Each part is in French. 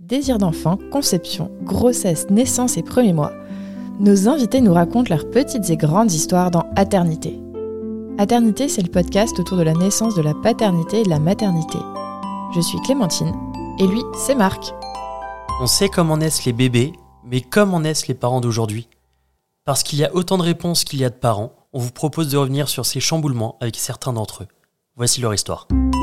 désir d'enfant, conception, grossesse, naissance et premiers mois, nos invités nous racontent leurs petites et grandes histoires dans Aternité. Aternité, c'est le podcast autour de la naissance, de la paternité et de la maternité. Je suis Clémentine, et lui, c'est Marc. On sait comment naissent les bébés, mais comment naissent les parents d'aujourd'hui ? Parce qu'il y a autant de réponses qu'il y a de parents, on vous propose de revenir sur ces chamboulements avec certains d'entre eux. Voici leur histoire.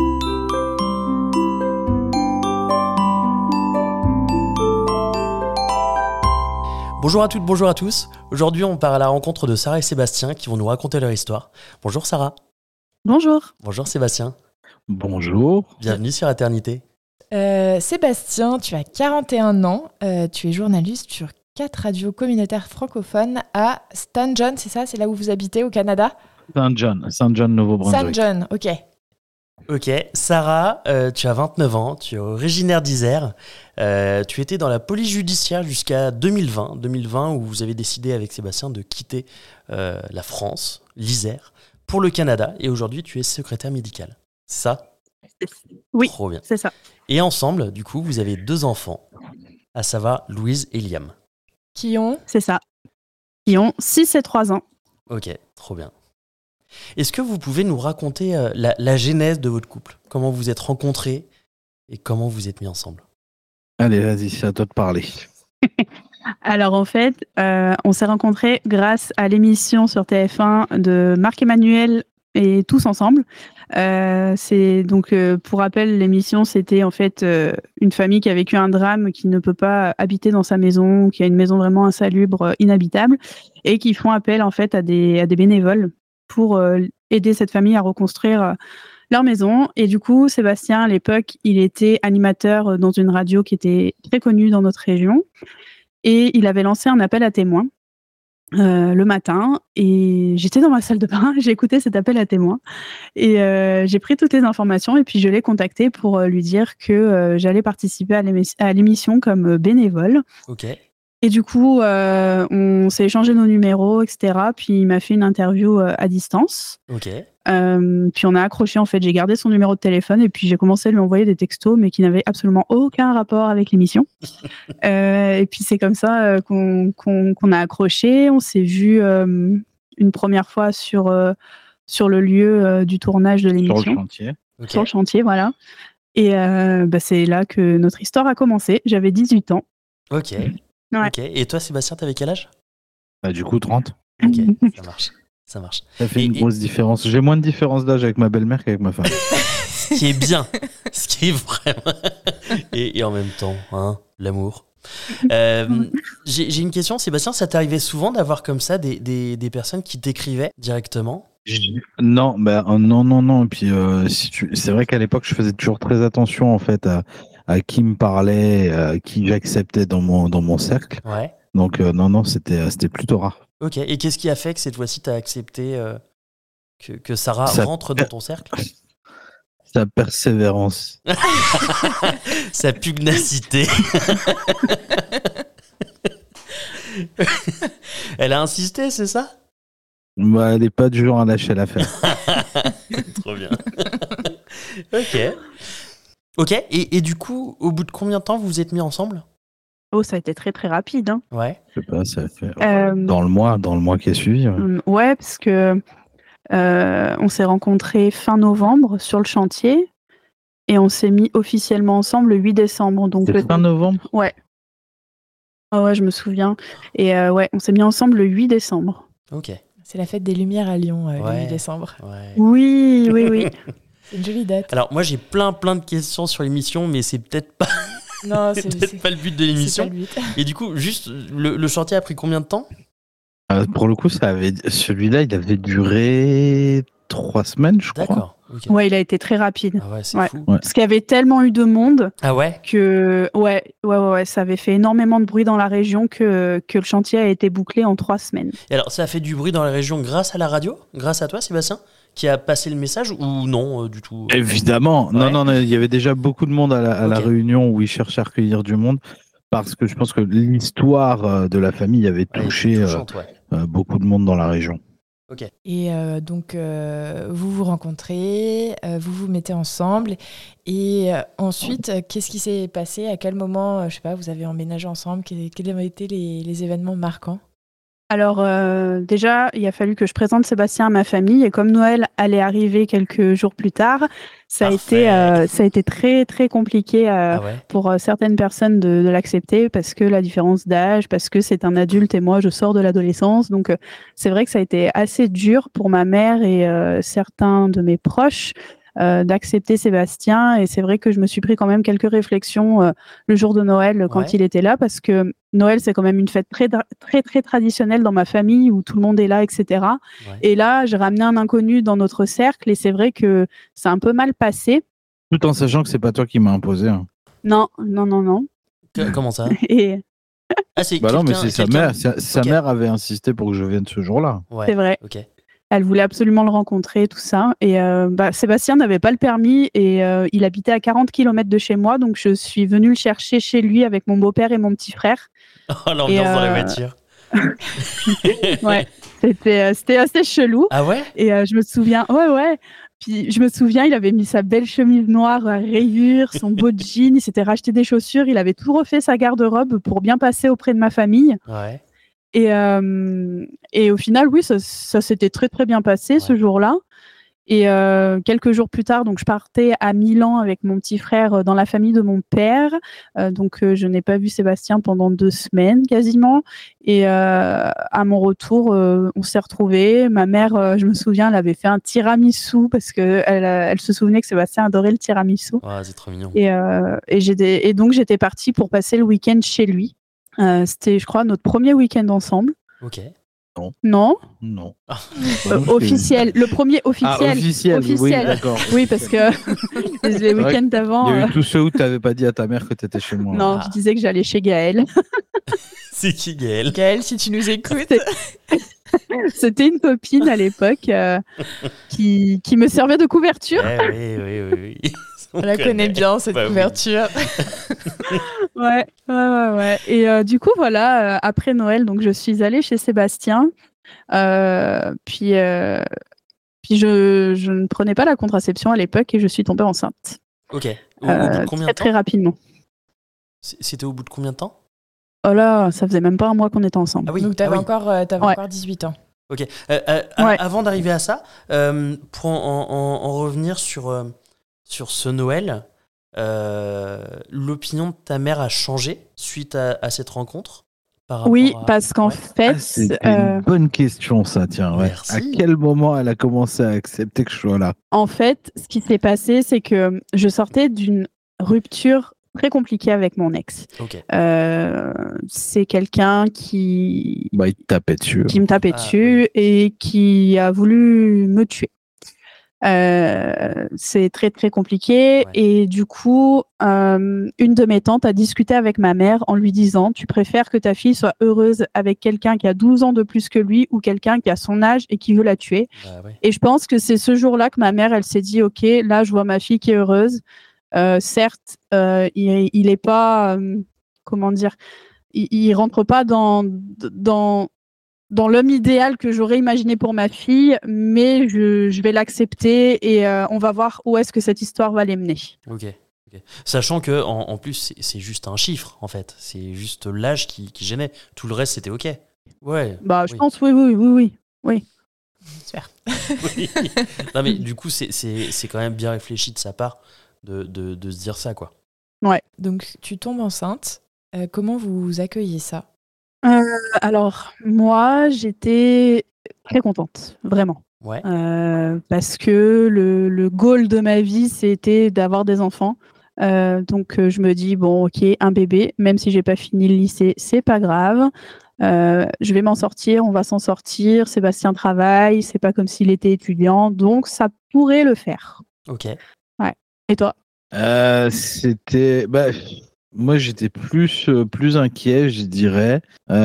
Bonjour à toutes, bonjour à tous. Aujourd'hui, on part à la rencontre de Sarah et Sébastien qui vont nous raconter leur histoire. Bonjour Sarah. Bonjour. Bonjour Sébastien. Bonjour. Bienvenue sur Aternité. Sébastien, tu as 41 ans, tu es journaliste sur 4 radios communautaires francophones à St. John, c'est ça ? C'est là où vous habitez au Canada ? St. John, Nouveau-Brunswick. St. John, ok. Ok, Sarah, tu as 29 ans, tu es originaire d'Isère, tu étais dans la police judiciaire jusqu'à 2020 où vous avez décidé avec Sébastien de quitter la France, l'Isère, pour le Canada, et aujourd'hui tu es secrétaire médicale. C'est ça ? Oui, trop bien. C'est ça. Et ensemble, du coup, vous avez 2 enfants, à savoir Louise et Liam. C'est ça. Qui ont 6 et 3 ans. Ok, trop bien. Est-ce que vous pouvez nous raconter la genèse de votre couple ? Comment vous êtes rencontrés et comment vous êtes mis ensemble ? Allez, vas-y, c'est à toi de parler. Alors en fait, on s'est rencontrés grâce à l'émission sur TF1 de Marc-Emmanuel et Tous Ensemble. C'est donc, pour rappel, l'émission, c'était en fait une famille qui a vécu un drame, qui ne peut pas habiter dans sa maison, qui a une maison vraiment insalubre, inhabitable, et qui font appel en fait à des bénévoles pour aider cette famille à reconstruire leur maison. Et du coup, Sébastien, à l'époque, il était animateur dans une radio qui était très connue dans notre région. Et il avait lancé un appel à témoins le matin. Et j'étais dans ma salle de bain, j'ai écouté cet appel à témoins. Et j'ai pris toutes les informations et puis je l'ai contacté pour lui dire que j'allais participer à l'émission comme bénévole. Ok. Et du coup, on s'est échangé nos numéros, etc. Puis il m'a fait une interview à distance. Ok. Puis on a accroché, en fait. J'ai gardé son numéro de téléphone et puis j'ai commencé à lui envoyer des textos, mais qui n'avaient absolument aucun rapport avec l'émission. Et puis c'est comme ça qu'on a accroché. On s'est vu une première fois sur le lieu du tournage de l'émission. Sur le chantier. Ok. Sur le chantier, voilà. Et c'est là que notre histoire a commencé. J'avais 18 ans. Ok. Ouais. Ok. Et toi, Sébastien, t'avais quel âge ? Bah, du coup, 30. Ok, ça marche. Ça fait Et- une grosse différence. J'ai moins de différence d'âge avec ma belle-mère qu'avec ma femme. Ce qui est bien, ce qui est vraiment... Et en même temps, hein, l'amour. J'ai une question, Sébastien, ça t'est arrivé souvent d'avoir comme ça des personnes qui t'écrivaient directement ? Non, non. Et puis, c'est vrai qu'à l'époque, je faisais toujours très attention en fait à qui me parlait, à qui j'acceptais dans mon cercle. Ouais. Donc, non, c'était plutôt rare. Ok, et qu'est-ce qui a fait que cette fois-ci t'as accepté que Sarah Ça- rentre dans ton cercle ? Sa persévérance. Sa pugnacité. Elle a insisté, c'est ça ? Bah, elle n'est pas du genre à lâcher l'affaire. Trop bien. Ok, et du coup, au bout de combien de temps vous vous êtes mis ensemble ? Oh, ça a été très très rapide. Hein. Ouais. Je sais pas, ça fait Euh, dans le mois qui a suivi. Ouais. Ouais, parce que on s'est rencontrés fin novembre sur le chantier et on s'est mis officiellement ensemble le 8 décembre. Donc C'est fin novembre. Ouais. Ah ouais, je me souviens. Et ouais, on s'est mis ensemble le 8 décembre. Ok. C'est la fête des Lumières à Lyon, le Ouais. 8 décembre. Ouais. Oui. C'est une jolie date. Alors moi j'ai plein de questions sur l'émission, mais c'est peut-être pas, Non, c'est peut-être pas le but de c'est pas l'émission. le but. Et du coup, juste le chantier a pris combien de temps ? Pour le coup, celui-là, il avait duré 3 semaines, je crois. D'accord. Ok. Ouais, il a été très rapide. Ah ouais, c'est Ouais. fou. Ouais. Parce qu'il y avait tellement eu de monde Ah ouais. que ouais, ça avait fait énormément de bruit dans la région que le chantier a été bouclé en 3 semaines. Et alors ça a fait du bruit dans la région grâce à la radio, grâce à toi, Sébastien, qui a passé le message ou non du tout ? Évidemment. Ouais. Non, il y avait déjà beaucoup de monde à la Ok. réunion où ils cherchaient à recueillir du monde. Parce que je pense que l'histoire de la famille avait Ouais, touché touchante, ouais. beaucoup de monde dans la région. Ok. Et donc, vous vous rencontrez, vous vous mettez ensemble. Et ensuite, qu'est-ce qui s'est passé? À quel moment, je sais pas, vous avez emménagé ensemble? Quels ont été les événements marquants? Alors déjà, il a fallu que je présente Sébastien à ma famille et comme Noël allait arriver quelques jours plus tard, ça a été très très compliqué Ah ouais. pour certaines personnes de l'accepter parce que la différence d'âge, parce que c'est un adulte et moi je sors de l'adolescence. Donc c'est vrai que ça a été assez dur pour ma mère et certains de mes proches d'accepter Sébastien. Et c'est vrai que je me suis pris quand même quelques réflexions le jour de Noël quand Ouais. il était là parce que Noël, c'est quand même une fête très, très, très traditionnelle dans ma famille où tout le monde est là, etc. Ouais. Et là, j'ai ramené un inconnu dans notre cercle et c'est vrai que c'est un peu mal passé. Tout en sachant que c'est pas toi qui m'as imposé. Hein. Non, non, non, non. Comment ça? Et Ah, c'est Bah non, mais quelqu'un- c'est sa quelqu'un- mère. Sa Ok. mère avait insisté pour que je vienne ce jour-là. Ouais. c'est vrai. Ok. Elle voulait absolument le rencontrer, tout ça. Et Sébastien n'avait pas le permis et il habitait à 40 km de chez moi. Donc, je suis venue le chercher chez lui avec mon beau-père et mon petit frère. Oh, l'ambiance dans la voiture. Ouais, c'était assez chelou. Ah ouais? Et je me souviens, ouais. Puis je me souviens, il avait mis sa belle chemise noire à rayures, son beau jean, il s'était racheté des chaussures, il avait tout refait sa garde-robe pour bien passer auprès de ma famille. Ouais. Et au final, oui, ça s'était très très bien passé ce jour-là. Et quelques jours plus tard, donc je partais à Milan avec mon petit frère dans la famille de mon père. Donc je n'ai pas vu Sébastien pendant 2 semaines quasiment. Et à mon retour, on s'est retrouvés. Ma mère, je me souviens, elle avait fait un tiramisu parce que elle se souvenait que Sébastien adorait le tiramisu. Ouais, c'est trop mignon. Et donc j'étais partie pour passer le week-end chez lui. C'était, je crois, notre premier week-end ensemble. Ok. Non, Non. officiel. Le premier officiel. Ah, officiel. Oui, Officiel. d'accord. Oui, parce que les vrai week-ends Il d'avant, y a eu tous ceux où tu n'avais pas dit à ta mère que tu étais chez moi. non, Ah. je disais que j'allais chez Gaël. C'est qui, Gaël? Gaëlle, si tu nous écoutes. C'était une copine à l'époque qui me servait de couverture. Oui. On la connaît bien, cette Bah oui. couverture. Ouais. Et du coup, voilà, après Noël, donc je suis allée chez Sébastien. Puis je ne prenais pas la contraception à l'époque et je suis tombée enceinte. Ok. Au bout de combien de très, très temps? rapidement. C'était au bout de combien de temps? Oh là, ça faisait même pas un mois qu'on était ensemble. Ah oui. Donc, t'avais ah oui. encore 18 ans. Ok. Ouais. Avant d'arriver à ça, pour en revenir sur ce Noël, l'opinion de ta mère a changé suite à cette rencontre par rapport Oui, à... parce qu'en Ouais. fait, C'était une bonne question, ça, tiens. Ouais. Merci. À quel moment elle a commencé à accepter que je sois là? ce qui s'est passé, c'est que je sortais d'une rupture très compliquée avec mon ex. Ok. C'est quelqu'un qui Bah, il te tapait dessus. me tapait Ah, dessus et qui a voulu me tuer. C'est très très compliqué. Ouais. Et du coup, une de mes tantes a discuté avec ma mère en lui disant: tu préfères que ta fille soit heureuse avec quelqu'un qui a 12 ans de plus que lui ou quelqu'un qui a son âge et qui veut la tuer? Bah ouais. Et je pense que c'est ce jour-là que ma mère, elle s'est dit: ok, là je vois ma fille qui est heureuse. Certes, il est pas, comment dire, il rentre pas dans l'homme idéal que j'aurais imaginé pour ma fille, mais je vais l'accepter et on va voir où est-ce que cette histoire va les mener. Ok. Sachant que en plus c'est juste un chiffre en fait, c'est juste l'âge qui gênait. Tout le reste c'était ok. Ouais. Bah, je Oui. pense, oui. Super. Oui. Non mais du coup c'est quand même bien réfléchi de sa part de se dire ça quoi. Donc, tu tombes enceinte. Comment vous accueillez ça? Alors, moi, j'étais très contente, vraiment. Ouais. Parce que le goal de ma vie, c'était d'avoir des enfants. Donc, je me dis, bon, ok, un bébé, même si j'ai pas fini le lycée, c'est pas grave. Je vais m'en sortir, on va s'en sortir. Sébastien travaille, c'est pas comme s'il était étudiant, donc ça pourrait le faire. Ok. Et toi? C'était. Bah, moi, j'étais plus inquiet, je dirais.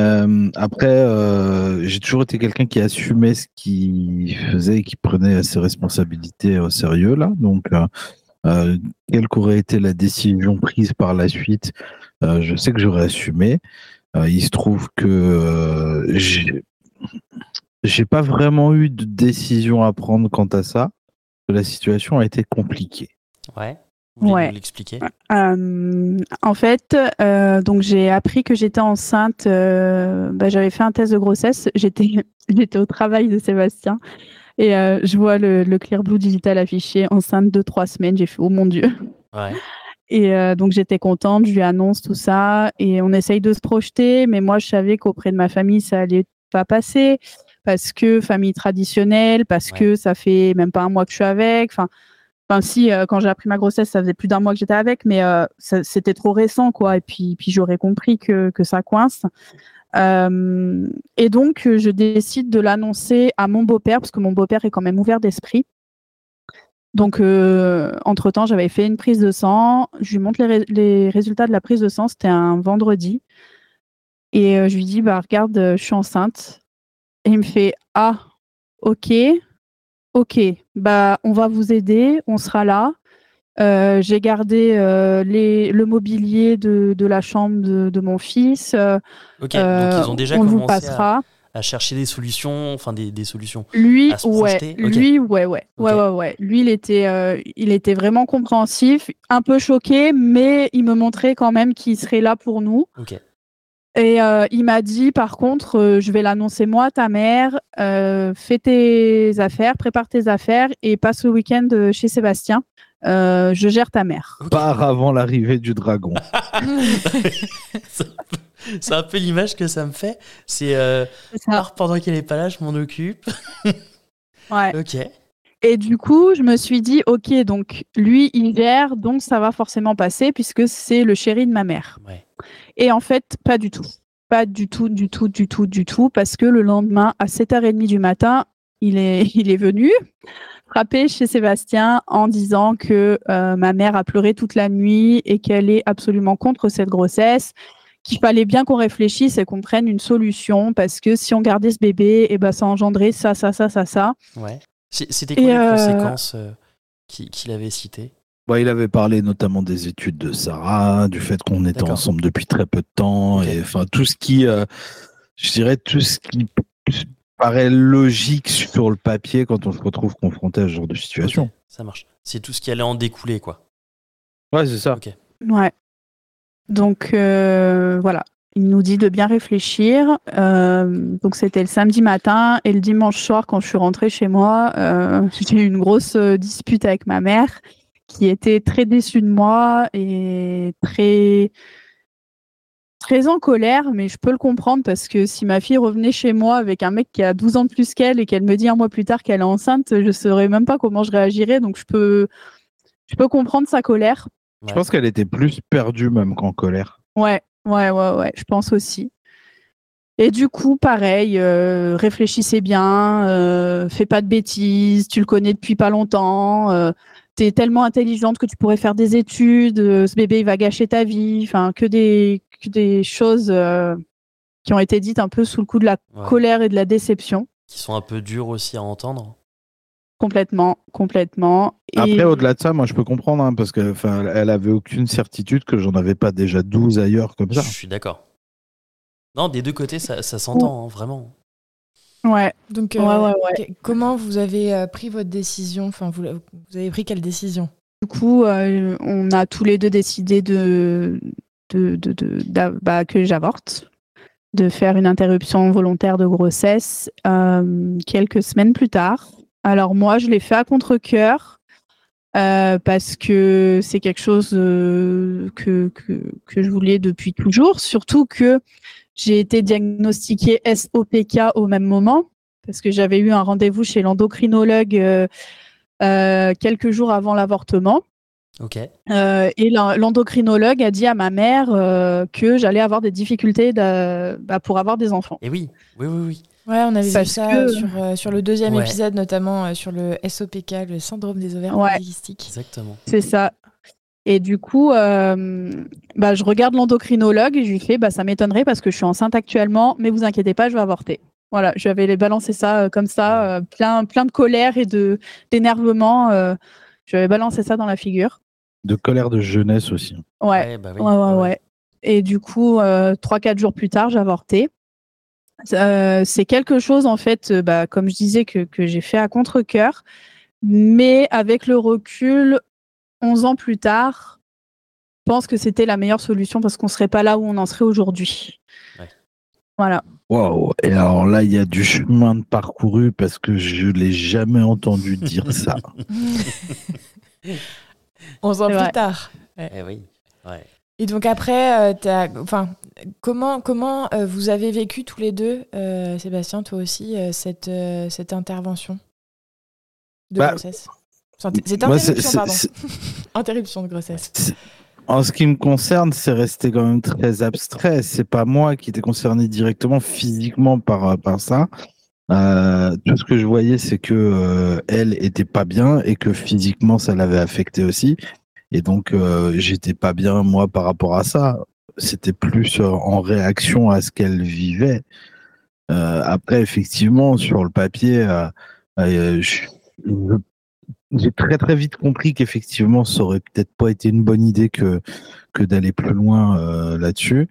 Après, j'ai toujours été quelqu'un qui assumait ce qu'il faisait et qui prenait ses responsabilités au sérieux, là. Donc, quelle qu'aurait été la décision prise par la suite, je sais que j'aurais assumé. Il se trouve que J'ai pas vraiment eu de décision à prendre quant à ça. La situation a été compliquée. Ouais. Vous voulez Ouais. nous l'expliquer? En fait, donc j'ai appris que j'étais enceinte. J'avais fait un test de grossesse. J'étais au travail de Sébastien et je vois le Clearblue digital affiché enceinte de 3 semaines. J'ai fait oh mon Dieu. Ouais. Et donc j'étais contente. Je lui annonce tout ça et on essaye de se projeter. Mais moi, je savais qu'auprès de ma famille, ça allait pas passer parce que famille traditionnelle, parce Ouais. que ça fait même pas un mois que je suis avec. Enfin, si, quand j'ai appris ma grossesse, ça faisait plus d'un mois que j'étais avec, mais c'était trop récent, quoi. Et puis j'aurais compris que ça coince. Et donc, je décide de l'annoncer à mon beau-père, parce que mon beau-père est quand même ouvert d'esprit. Donc, entre-temps, j'avais fait une prise de sang. Je lui montre les résultats de la prise de sang. C'était un vendredi. Et je lui dis, bah, regarde, je suis enceinte. Et il me fait, ah, ok, bah, on va vous aider, on sera là. J'ai gardé le mobilier de la chambre de mon fils. Ok, donc ils ont déjà On vous commencé passera. à chercher des solutions, enfin des solutions, Lui, à se projeter. Ok. ouais. Lui, il était vraiment compréhensif, un peu choqué, mais il me montrait quand même qu'il serait là pour nous. Ok. Et il m'a dit, par contre, je vais l'annoncer moi, ta mère, fais tes affaires, prépare tes affaires et passe le week-end chez Sébastien. Je gère ta mère. Ok. Part avant l'arrivée du dragon. C'est un peu l'image que ça me fait. C'est C'est ça. part pendant qu'elle est pas là, je m'en occupe. Ouais. Ok. Et du coup, je me suis dit, ok, donc lui, il gère, donc ça va forcément passer puisque c'est le chéri de ma mère. Ouais. Et en fait, pas du tout. Pas du tout, parce que le lendemain, à 7h30 du matin, il est venu frapper chez Sébastien en disant que ma mère a pleuré toute la nuit et qu'elle est absolument contre cette grossesse, qu'il fallait bien qu'on réfléchisse et qu'on prenne une solution parce que si on gardait ce bébé, eh ben, ça engendrait ça. Ouais. C'était quoi Et les conséquences qu'il avait citées? Bah, il avait parlé notamment des études de Sarah, du fait qu'on était D'accord. ensemble depuis très peu de temps, Ok. et enfin tout ce qui, je dirais tout ce qui paraît logique sur le papier quand on se retrouve confronté à ce genre de situation. Ok, ça marche. C'est tout ce qui allait en découler, quoi. Ouais, c'est ça. Ok. ouais. Donc voilà, il nous dit de bien réfléchir. Donc c'était le samedi matin et le dimanche soir quand je suis rentrée chez moi, j'ai eu une grosse dispute avec ma mère qui était très déçue de moi et très très en colère, mais je peux le comprendre parce que si ma fille revenait chez moi avec un mec qui a 12 ans de plus qu'elle et qu'elle me dit un mois plus tard qu'elle est enceinte, je ne saurais même pas comment je réagirais. Donc je peux comprendre sa colère. Je Ouais. pense qu'elle était plus perdue même qu'en colère. Ouais, je pense aussi. Et du coup, pareil, réfléchissez bien, fais pas de bêtises, tu le connais depuis pas longtemps, t'es tellement intelligente que tu pourrais faire des études, ce bébé il va gâcher ta vie, enfin que des choses qui ont été dites un peu sous le coup de la Ouais. colère et de la déception. Qui sont un peu durs aussi à entendre. Complètement. Après, Et au-delà de ça, moi je peux comprendre, hein, parce que elle avait aucune certitude que j'en avais pas déjà 12 ailleurs comme ça. Je suis d'accord. Non, des deux côtés, ça s'entend, hein, vraiment. ouais. Donc, Ouais. comment vous avez pris votre décision? Enfin, vous avez pris quelle décision? Du coup, on a tous les deux décidé que j'avorte, de faire une interruption volontaire de grossesse quelques semaines plus tard. Alors moi, je l'ai fait à contre-cœur parce que c'est quelque chose que je voulais depuis toujours, surtout que j'ai été diagnostiquée SOPK au même moment parce que j'avais eu un rendez-vous chez l'endocrinologue quelques jours avant l'avortement. Ok. Et l'endocrinologue a dit à ma mère que j'allais avoir des difficultés pour avoir des enfants. Et oui. Ouais, on avait vu Parce ça que- sur le deuxième Ouais. épisode, notamment sur le SOPK, le syndrome des ovaires Ouais. polykystiques. Exactement. C'est ça. Et du coup, je regarde l'endocrinologue et je lui fais ça m'étonnerait parce que je suis enceinte actuellement, mais vous inquiétez pas, je vais avorter. Voilà, je vais balancé ça comme ça, plein de colère et d'énervement. Je vais balancer ça dans la figure. De colère de jeunesse aussi. Ouais. Bah oui. Et du coup, 3-4 jours plus tard, j'ai avorté. C'est quelque chose, en fait, comme je disais, que j'ai fait à contre-cœur. Mais avec le recul, 11 ans plus tard, je pense que c'était la meilleure solution parce qu'on ne serait pas là où on en serait aujourd'hui. Ouais. Voilà. Waouh! Et alors là, il y a du chemin de parcouru parce que je l'ai jamais entendu dire ça. 11 ans C'est plus vrai. tard. Eh oui. Ouais. Et donc après, comment vous avez vécu tous les deux, Sébastien, toi aussi, cette intervention de grossesse? Cette moi, interruption, pardon. Interruption de grossesse. En ce qui me concerne, c'est resté quand même très abstrait. C'est pas moi qui étais concerné directement physiquement par ça. Tout ce que je voyais, c'est que elle était pas bien et que physiquement, ça l'avait affecté aussi. Et donc, j'étais pas bien, moi, par rapport à ça. C'était plus en réaction à ce qu'elle vivait. Après, effectivement, sur le papier, j'ai très très vite compris qu'effectivement, ça aurait peut-être pas été une bonne idée que d'aller plus loin là-dessus.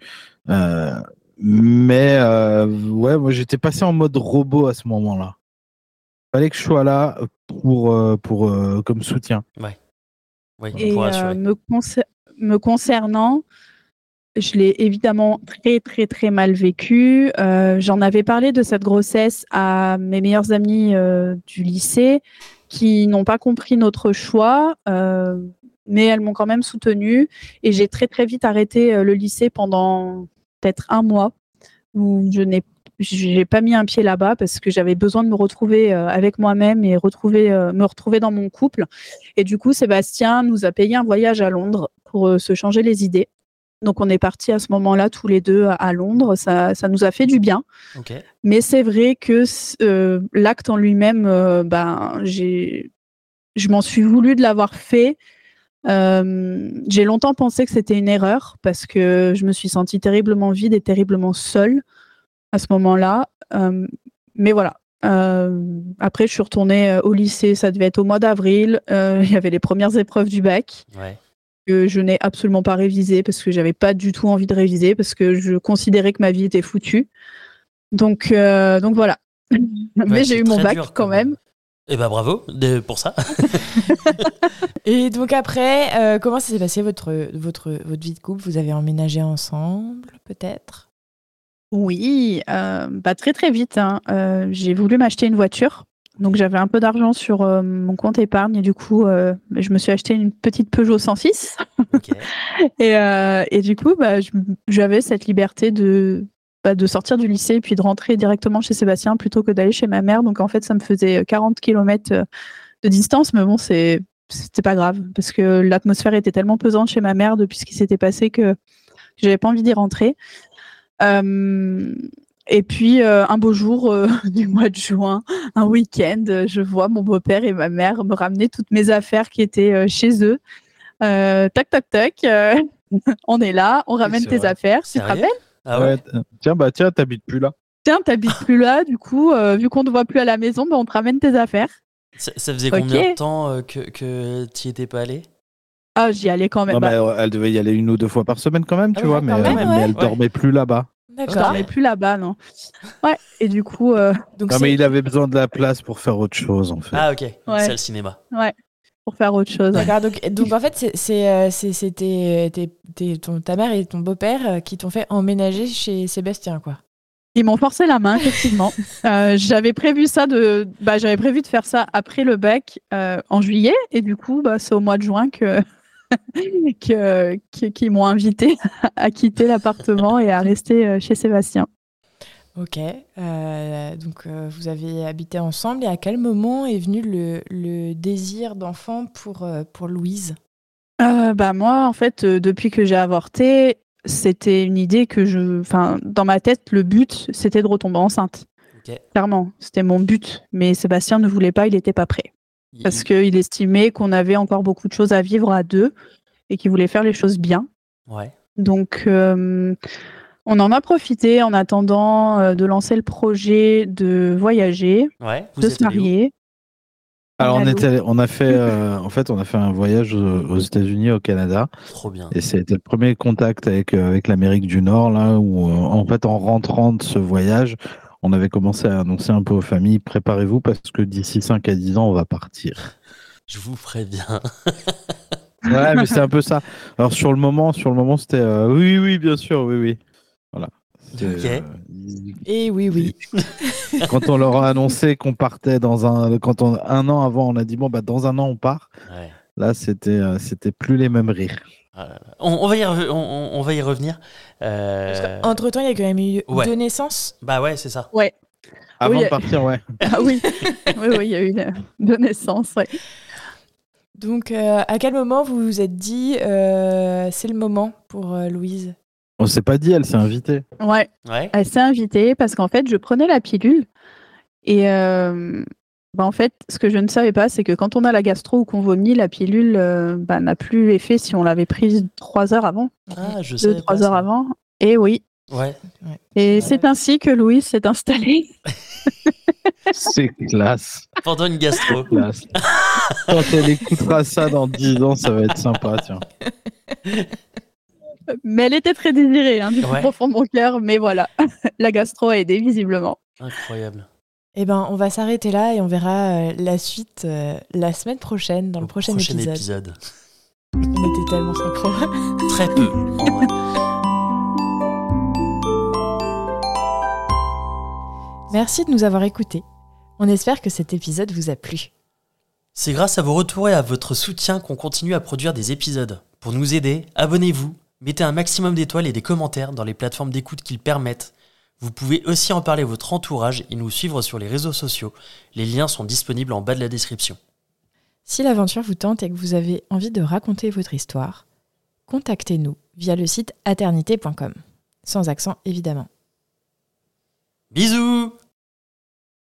Mais ouais, moi, j'étais passé en mode robot à ce moment-là. Fallait que je sois là pour comme soutien. Ouais. Oui, Et pour rassurer. me concernant, je l'ai évidemment très, très, très mal vécu. J'en avais parlé de cette grossesse à mes meilleures amies du lycée qui n'ont pas compris notre choix, mais elles m'ont quand même soutenue. Et j'ai très, très vite arrêté le lycée pendant peut-être un mois où j'ai pas mis un pied là-bas parce que j'avais besoin de me retrouver avec moi-même et me retrouver dans mon couple. Et du coup, Sébastien nous a payé un voyage à Londres pour se changer les idées. Donc, on est partis à ce moment-là tous les deux à Londres. Ça nous a fait du bien. Ok. Mais c'est vrai que l'acte en lui-même, je m'en suis voulu de l'avoir fait. J'ai longtemps pensé que c'était une erreur parce que je me suis sentie terriblement vide et terriblement seule à ce moment-là. Mais voilà. Après, je suis retournée au lycée. Ça devait être au mois d'avril. Il y avait les premières épreuves du bac. Ouais. Que je n'ai absolument pas révisé parce que j'avais pas du tout envie de réviser parce que je considérais que ma vie était foutue. Donc voilà. Mais j'ai eu mon bac quand même. Eh ben bravo pour ça. Et donc après, comment ça s'est passé votre vie de couple? Vous avez emménagé ensemble, peut-être? Oui, très très vite. J'ai voulu m'acheter une voiture. Donc j'avais un peu d'argent sur mon compte épargne et du coup je me suis acheté une petite Peugeot 106. Okay. et du coup j'avais cette liberté de sortir du lycée et puis de rentrer directement chez Sébastien plutôt que d'aller chez ma mère. Donc en fait ça me faisait 40 km de distance, mais bon c'était pas grave parce que l'atmosphère était tellement pesante chez ma mère depuis ce qui s'était passé que j'avais pas envie d'y rentrer. Et puis, un beau jour du mois de juin, un week-end, je vois mon beau-père et ma mère me ramener toutes mes affaires qui étaient chez eux. Tac, tac, tac. On est là, on ramène tes affaires. Tu te rappelles? Ah ouais. Tiens, t'habites plus là. Tiens, t'habites plus là. Du coup, vu qu'on te voit plus à la maison, on te ramène tes affaires. Ça faisait combien de temps que tu n'y étais pas allé? Ah, j'y allais quand même. Non, mais elle devait y aller 1 ou 2 fois par semaine quand même, tu vois, mais elle dormait plus là-bas. D'accord. Je dormais plus là-bas, non. Ouais, et du coup... non, mais il avait besoin de la place pour faire autre chose, en fait. Ah, ok. C'est le cinéma. Ouais, pour faire autre chose. D'accord, donc en fait, c'était ta mère et ton beau-père qui t'ont fait emménager chez Sébastien, quoi. Ils m'ont forcé la main, effectivement. J'avais prévu j'avais prévu de faire ça après le bac en juillet, et du coup, c'est au mois de juin qu'ils m'ont invité à quitter l'appartement et à rester chez Sébastien. Ok, donc vous avez habité ensemble, et à quel moment est venu le désir d'enfant pour Louise? Moi, en fait, depuis que j'ai avorté, c'était une idée dans ma tête, le but, c'était de retomber enceinte. Okay. Clairement, c'était mon but. Mais Sébastien ne voulait pas, il n'était pas prêt. Parce qu'il estimait qu'on avait encore beaucoup de choses à vivre à deux et qu'il voulait faire les choses bien. Ouais. Donc, on en a profité en attendant de lancer le projet de voyager, de se marier. Alors, on a fait un voyage aux États-Unis, au Canada. Trop bien. Et c'était le premier contact avec l'Amérique du Nord, là, où, en fait, en rentrant de ce voyage, on avait commencé à annoncer un peu aux familles, préparez-vous parce que d'ici 5 à 10 ans, on va partir. Je vous préviens. Ouais, mais c'est un peu ça. Alors sur le moment, c'était oui, bien sûr, oui. Voilà. Ok. Et oui. Quand on leur a annoncé qu'on partait un an avant, on a dit bon bah dans un an on part. Ouais. Là, c'était plus les mêmes rires. Ah là là. On va y revenir. Entre-temps, il y a quand même eu Ouais. 2 naissances. Bah ouais, c'est ça. Ouais. Avant Oui. de partir, ouais. Ah oui. oui, il y a eu deux naissances. Ouais. Donc, à quel moment vous vous êtes dit c'est le moment pour Louise? On s'est pas dit, elle s'est invitée. Ouais. Ouais. Elle s'est invitée parce qu'en fait, je prenais la pilule et en fait, ce que je ne savais pas, c'est que quand on a la gastro ou qu'on vomit, la pilule n'a plus effet si on l'avait prise 3 heures avant. Ah, je sais. 2-3 heures avant. Et oui. Ouais. Et Ouais. c'est ainsi que Louise s'est installée. C'est classe. Pendant une gastro. Classe. Quand elle écoutera ça dans 10 ans, ça va être sympa, tiens. Mais elle était très désirée, du plus Ouais. profond de mon cœur. Mais voilà, la gastro a aidé visiblement. Incroyable. Eh ben, on va s'arrêter là et on verra la suite la semaine prochaine, dans le prochain épisode. On était tellement synchro. Très peu, en vrai. Merci de nous avoir écoutés. On espère que cet épisode vous a plu. C'est grâce à vos retours et à votre soutien qu'on continue à produire des épisodes. Pour nous aider, abonnez-vous, mettez un maximum d'étoiles et des commentaires dans les plateformes d'écoute qui le permettent. Vous pouvez aussi en parler à votre entourage et nous suivre sur les réseaux sociaux. Les liens sont disponibles en bas de la description. Si l'aventure vous tente et que vous avez envie de raconter votre histoire, contactez-nous via le site aternité.com. Sans accent, évidemment. Bisous!